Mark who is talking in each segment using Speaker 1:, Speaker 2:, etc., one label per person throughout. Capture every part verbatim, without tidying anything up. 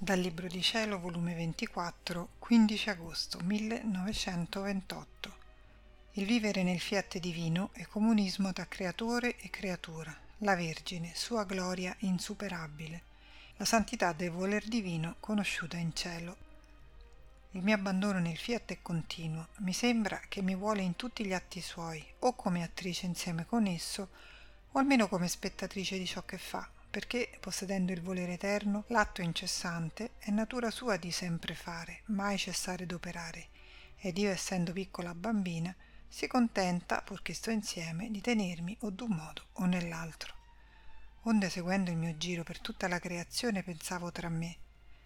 Speaker 1: Dal Libro di Cielo, volume ventiquattro, quindici agosto millenovecentoventotto. Il vivere nel fiat divino è comunismo tra creatore e creatura, la Vergine, sua gloria insuperabile, la santità del voler divino conosciuta in cielo. Il mio abbandono nel fiat è continuo, mi sembra che mi vuole in tutti gli atti suoi, o come attrice insieme con esso, o almeno come spettatrice di ciò che fa, perché, possedendo il volere eterno, l'atto incessante è natura sua di sempre fare, mai cessare d'operare, ed io, essendo piccola bambina, si contenta, purché sto insieme, di tenermi o d'un modo o nell'altro. Onde, seguendo il mio giro per tutta la creazione, pensavo tra me: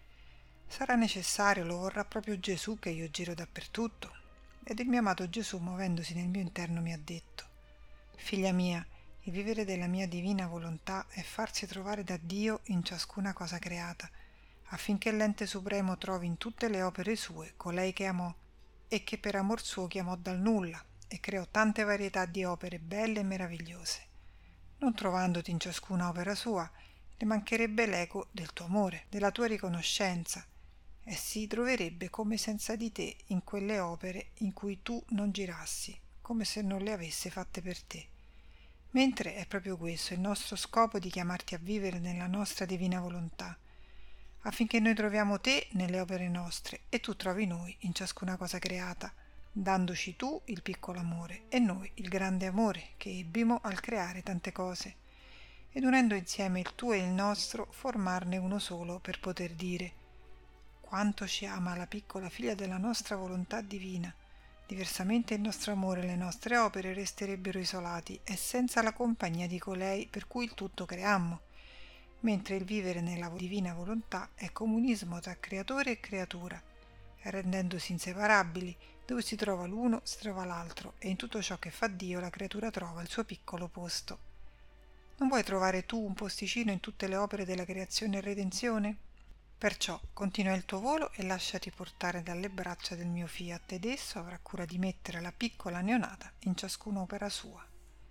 Speaker 1: sarà necessario, lo vorrà proprio Gesù, che io giro dappertutto? Ed il mio amato Gesù, muovendosi nel mio interno, mi ha detto: figlia mia, il vivere della mia divina volontà è farsi trovare da Dio in ciascuna cosa creata, affinché l'ente supremo trovi in tutte le opere sue colei che amò e che per amor suo chiamò dal nulla e creò tante varietà di opere belle e meravigliose. Non trovandoti in ciascuna opera sua, le mancherebbe l'eco del tuo amore, della tua riconoscenza, e si troverebbe come senza di te in quelle opere in cui tu non girassi, come se non le avesse fatte per te. Mentre è proprio questo il nostro scopo di chiamarti a vivere nella nostra divina volontà, affinché noi troviamo te nelle opere nostre e tu trovi noi in ciascuna cosa creata, dandoci tu il piccolo amore e noi il grande amore che ebbimo al creare tante cose, ed unendo insieme il tuo e il nostro formarne uno solo, per poter dire: quanto ci ama la piccola figlia della nostra volontà divina. Diversamente il nostro amore e le nostre opere resterebbero isolati e senza la compagnia di colei per cui il tutto creammo, mentre il vivere nella divina volontà è comunismo tra creatore e creatura, e rendendosi inseparabili, dove si trova l'uno si trova l'altro, e in tutto ciò che fa Dio la creatura trova il suo piccolo posto. Non vuoi trovare tu un posticino in tutte le opere della creazione e redenzione? Perciò continua il tuo volo e lasciati portare dalle braccia del mio fiat, ed esso avrà cura di mettere la piccola neonata in ciascuna opera sua.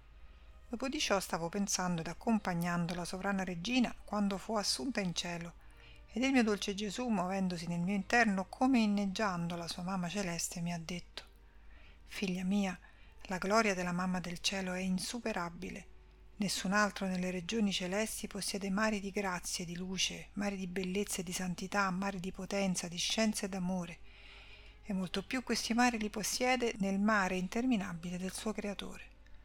Speaker 1: Dopo di ciò stavo pensando ed accompagnando la sovrana regina quando fu assunta in cielo, ed il mio dolce Gesù, muovendosi nel mio interno come inneggiando la sua mamma celeste, mi ha detto: figlia mia, la gloria della mamma del cielo è insuperabile. Nessun altro nelle regioni celesti possiede mari di grazia e di luce, mari di bellezza e di santità, mari di potenza, di scienza e d'amore, e molto più questi mari li possiede nel mare interminabile del suo creatore.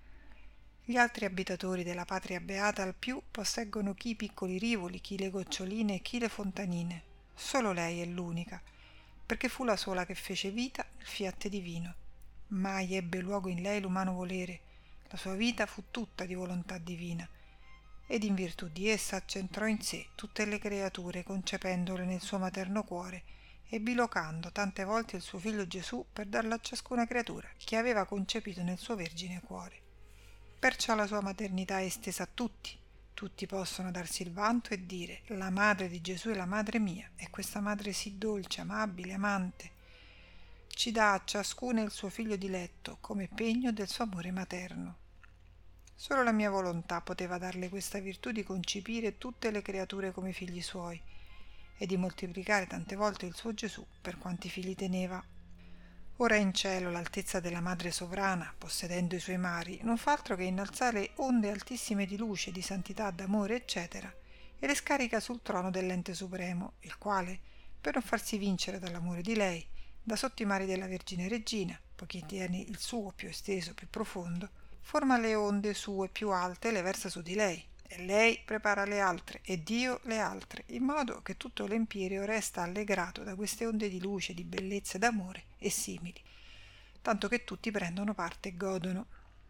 Speaker 1: Gli altri abitatori della patria beata al più posseggono chi i piccoli rivoli, chi le goccioline e chi le fontanine. Solo lei è l'unica, perché fu la sola che fece vita nel fiat divino. Mai ebbe luogo in lei l'umano volere. La sua vita fu tutta di volontà divina, ed in virtù di essa accentrò in sé tutte le creature, concependole nel suo materno cuore e bilocando tante volte il suo figlio Gesù per darlo a ciascuna creatura che aveva concepito nel suo vergine cuore. Perciò la sua maternità è estesa a tutti, tutti possono darsi il vanto e dire: la madre di Gesù è la madre mia, e questa madre sì dolce, amabile, amante, ci dà a ciascuna il suo figlio diletto come pegno del suo amore materno. Solo la mia volontà poteva darle questa virtù di concepire tutte le creature come figli suoi e di moltiplicare tante volte il suo Gesù per quanti figli teneva. Ora in cielo l'altezza della Madre Sovrana, possedendo i suoi mari, non fa altro che innalzare onde altissime di luce, di santità, d'amore, eccetera, e le scarica sul trono dell'ente supremo, il quale, per non farsi vincere dall'amore di lei, da sotto i mari della Vergine Regina, poiché tiene il suo più esteso, più profondo, forma le onde sue più alte e le versa su di lei, e lei prepara le altre, e Dio le altre, in modo che tutto l'empireo resta allegrato da queste onde di luce, di bellezza, d'amore e simili, tanto che tutti prendono parte e godono.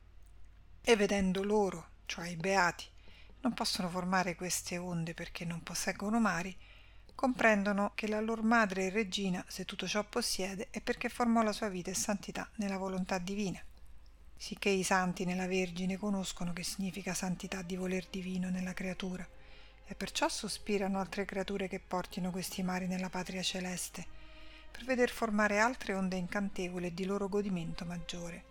Speaker 1: E vedendo loro, cioè i beati, non possono formare queste onde perché non posseggono mari, comprendono che la lor madre e regina, se tutto ciò possiede, è perché formò la sua vita e santità nella volontà divina. Sicché i santi nella Vergine conoscono che significa santità di voler divino nella creatura, e perciò sospirano altre creature che portino questi mari nella patria celeste, per veder formare altre onde incantevoli e di loro godimento maggiore.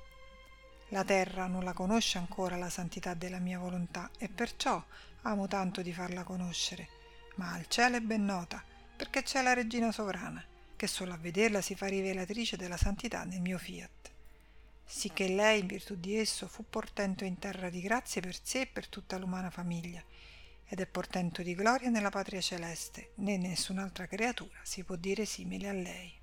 Speaker 1: La terra non la conosce ancora la santità della mia volontà, e perciò amo tanto di farla conoscere, ma al cielo è ben nota, perché c'è la regina sovrana, che solo a vederla si fa rivelatrice della santità nel mio fiat, sicché lei, in virtù di esso, fu portento in terra di grazie per sé e per tutta l'umana famiglia, ed è portento di gloria nella patria celeste, né nessun'altra creatura si può dire simile a lei.